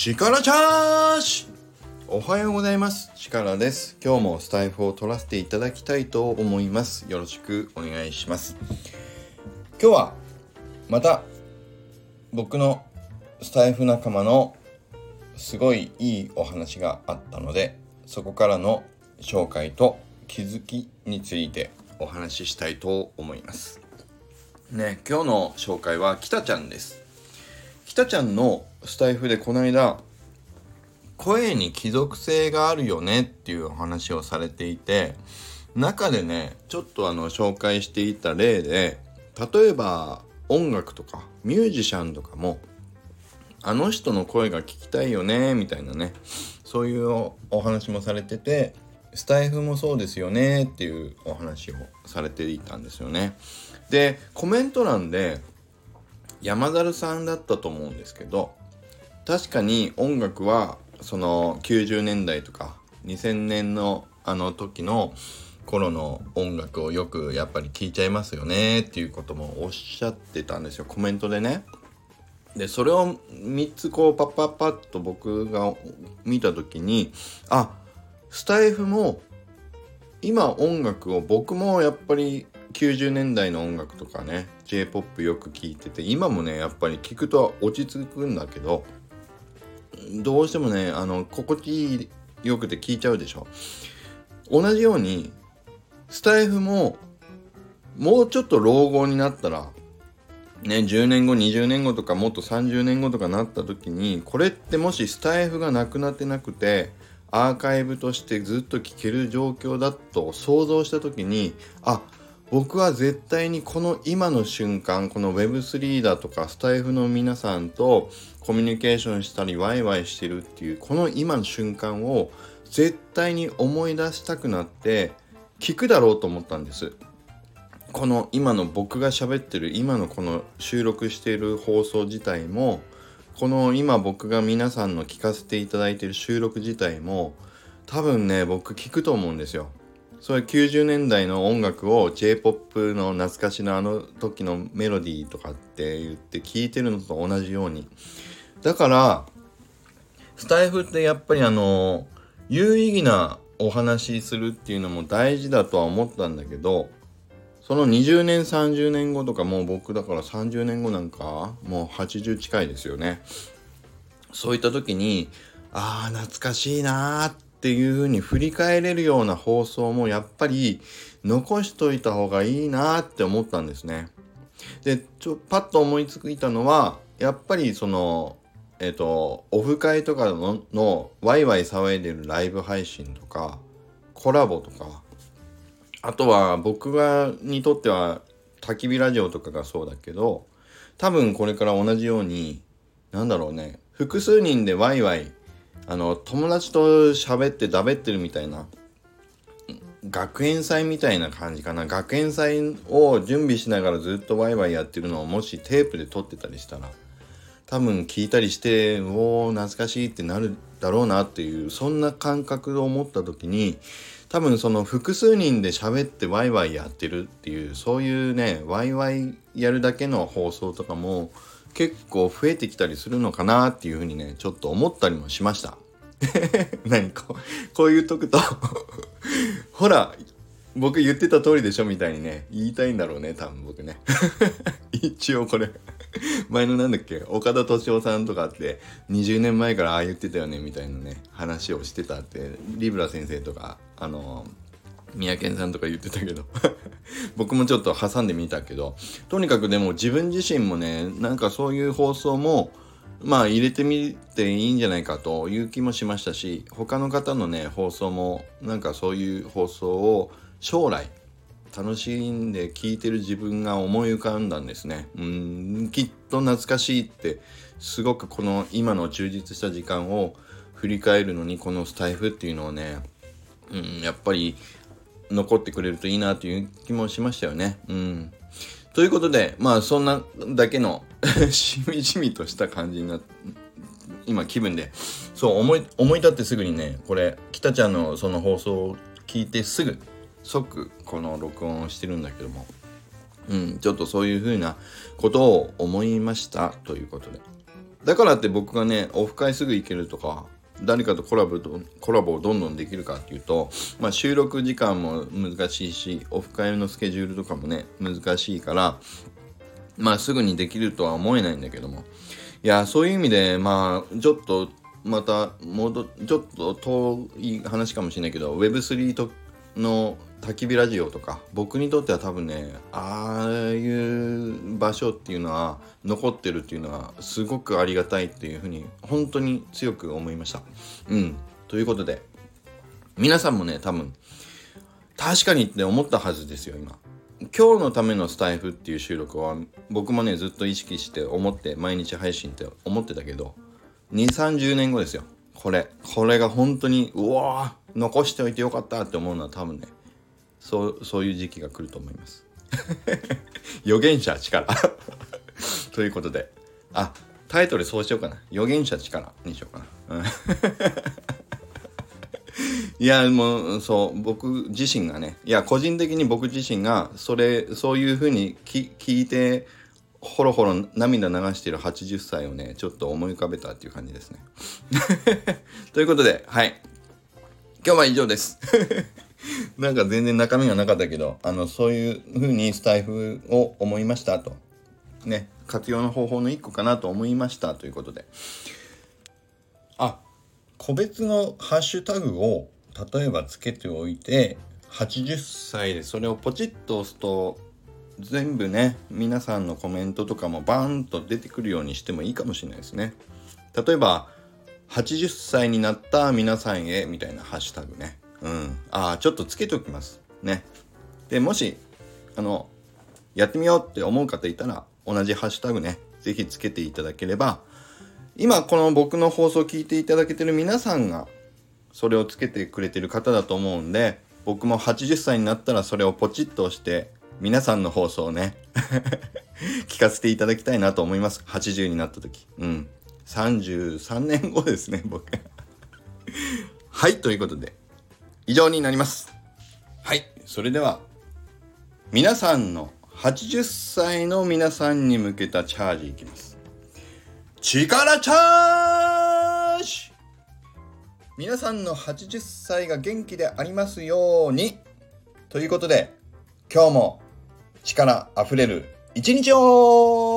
力チャージ。おはようございます。力です。今日もスタイフを取らせていただきたいと思います。よろしくお願いします。今日はまた僕のスタイフ仲間のすごいいいお話があったので、そこからの紹介と気づきについてお話ししたいと思いますね。今日の紹介はきたちゃんです。きたちゃんのスタイフでこの間、声に貴族性があるよねっていうお話をされていて、中でねちょっと紹介していた例で、例えば音楽とかミュージシャンとかもあの人の声が聞きたいよねみたいなね、そういうお話もされてて、スタイフもそうですよねっていうお話をされていたんですよね。でコメント欄で山猿さんだったと思うんですけど、確かに音楽はその90年代とか2000年の時の頃の音楽をよくやっぱり聴いちゃいますよねっていうこともおっしゃってたんですよ、コメントでね。でそれを3つこうパッと僕が見た時に、スタイフも今音楽を、僕もやっぱり90年代の音楽とかね J-POP よく聴いてて、今もねやっぱり聴くと落ち着くんだけど、どうしてもね心地よくて聴いちゃうでしょ。同じようにスタイフももうちょっと老後になったらね、10年後20年後とかもっと30年後とかなった時に、これってもしスタイフがなくなってなくてアーカイブとしてずっと聴ける状況だと想像した時に、僕は絶対にこの今の瞬間、この Web3 だとかスタイフの皆さんとコミュニケーションしたりワイワイしてるっていうこの今の瞬間を絶対に思い出したくなって聞くだろうと思ったんです。この今の僕が喋ってる今のこの収録している放送自体も、この今僕が皆さんの聞かせていただいている収録自体も多分ね僕聞くと思うんですよ。それ90年代の音楽を J-POP の懐かしのあの時のメロディーとかって言って聴いてるのと同じように、だからスタイフってやっぱり有意義なお話しするっていうのも大事だとは思ったんだけど、その20年30年後とか、もう僕だから30年後なんかもう80近いですよね。そういった時に懐かしいなっていう風に振り返れるような放送もやっぱり残しといた方がいいなって思ったんですね。でパッと思いついたのは、やっぱりそのオフ会とかのワイワイ騒いでるライブ配信とかコラボとか、あとは僕にとっては焚き火ラジオとかがそうだけど、多分これから同じように複数人でワイワイ友達と喋ってだべってるみたいな、学園祭みたいな感じかな。学園祭を準備しながらずっとワイワイやってるのをもしテープで撮ってたりしたら、多分聞いたりして懐かしいってなるだろうなっていう、そんな感覚を持った時に、多分その複数人で喋ってワイワイやってるっていう、そういうねワイワイやるだけの放送とかも結構増えてきたりするのかなっていうふうにねちょっと思ったりもしましたこういうとくとほら僕言ってた通りでしょみたいにね言いたいんだろうね多分僕ね一応これ前の岡田敏夫さんとかって20年前から言ってたよねみたいなね話をしてたってリブラ先生とか宮健さんとか言ってたけど僕もちょっと挟んでみたけど、とにかくでも自分自身もねそういう放送も入れてみていいんじゃないかという気もしましたし、他の方のね放送もそういう放送を将来楽しんで聞いてる自分が思い浮かんだんですね。きっと懐かしいって、すごくこの今の充実した時間を振り返るのにこのスタイフっていうのをね、やっぱり残ってくれるといいなという気もしましたよね。ということでそんなだけのしみじみとした感じになって今気分でそう思い立ってすぐにね、これきたちゃんのその放送を聞いて即この録音をしてるんだけども、ちょっとそういう風なことを思いましたということで、 だからって僕がねオフ会すぐ行けるとか誰かとコラボをどんどんできるかっていうと、収録時間も難しいしオフ会のスケジュールとかもね難しいからすぐにできるとは思えないんだけども、いやそういう意味でちょっとまたちょっと遠い話かもしれないけど Web3 の焚き火ラジオとか僕にとっては多分ねああいう場所っていうのは残ってるっていうのはすごくありがたいっていうふうに本当に強く思いました。ということで皆さんもね多分確かにって思ったはずですよ。今日のためのスタイフっていう収録は僕もねずっと意識して思って毎日配信って思ってたけど 2,30 年後ですよ。これが本当に残しておいてよかったって思うのは多分ねそういう時期が来ると思います預言者力ということでタイトルそうしようかな、預言者力にしようかな、いやもうそう僕自身がね個人的に僕自身がそういう風に聞いてほろほろ涙流している80歳をねちょっと思い浮かべたっていう感じですねということで今日は以上ですなんか全然中身がなかったけどそういう風にスタイフを思いましたとね、活用の方法の一個かなと思いましたということで、個別のハッシュタグを例えばつけておいて80歳でそれをポチッと押すと全部ね皆さんのコメントとかもバーンと出てくるようにしてもいいかもしれないですね。例えば80歳になった皆さんへみたいなハッシュタグね、ちょっとつけておきますね。でもしやってみようって思う方いたら同じハッシュタグねぜひつけていただければ、今この僕の放送を聞いていただけてる皆さんがそれをつけてくれてる方だと思うんで、僕も80歳になったらそれをポチッと押して皆さんの放送をね聞かせていただきたいなと思います。80になった時33年後ですね僕ということで以上になります。それでは皆さんの80歳の皆さんに向けたチャージいきます。力チャージ。皆さんの80歳が元気でありますようにということで今日も力あふれる一日を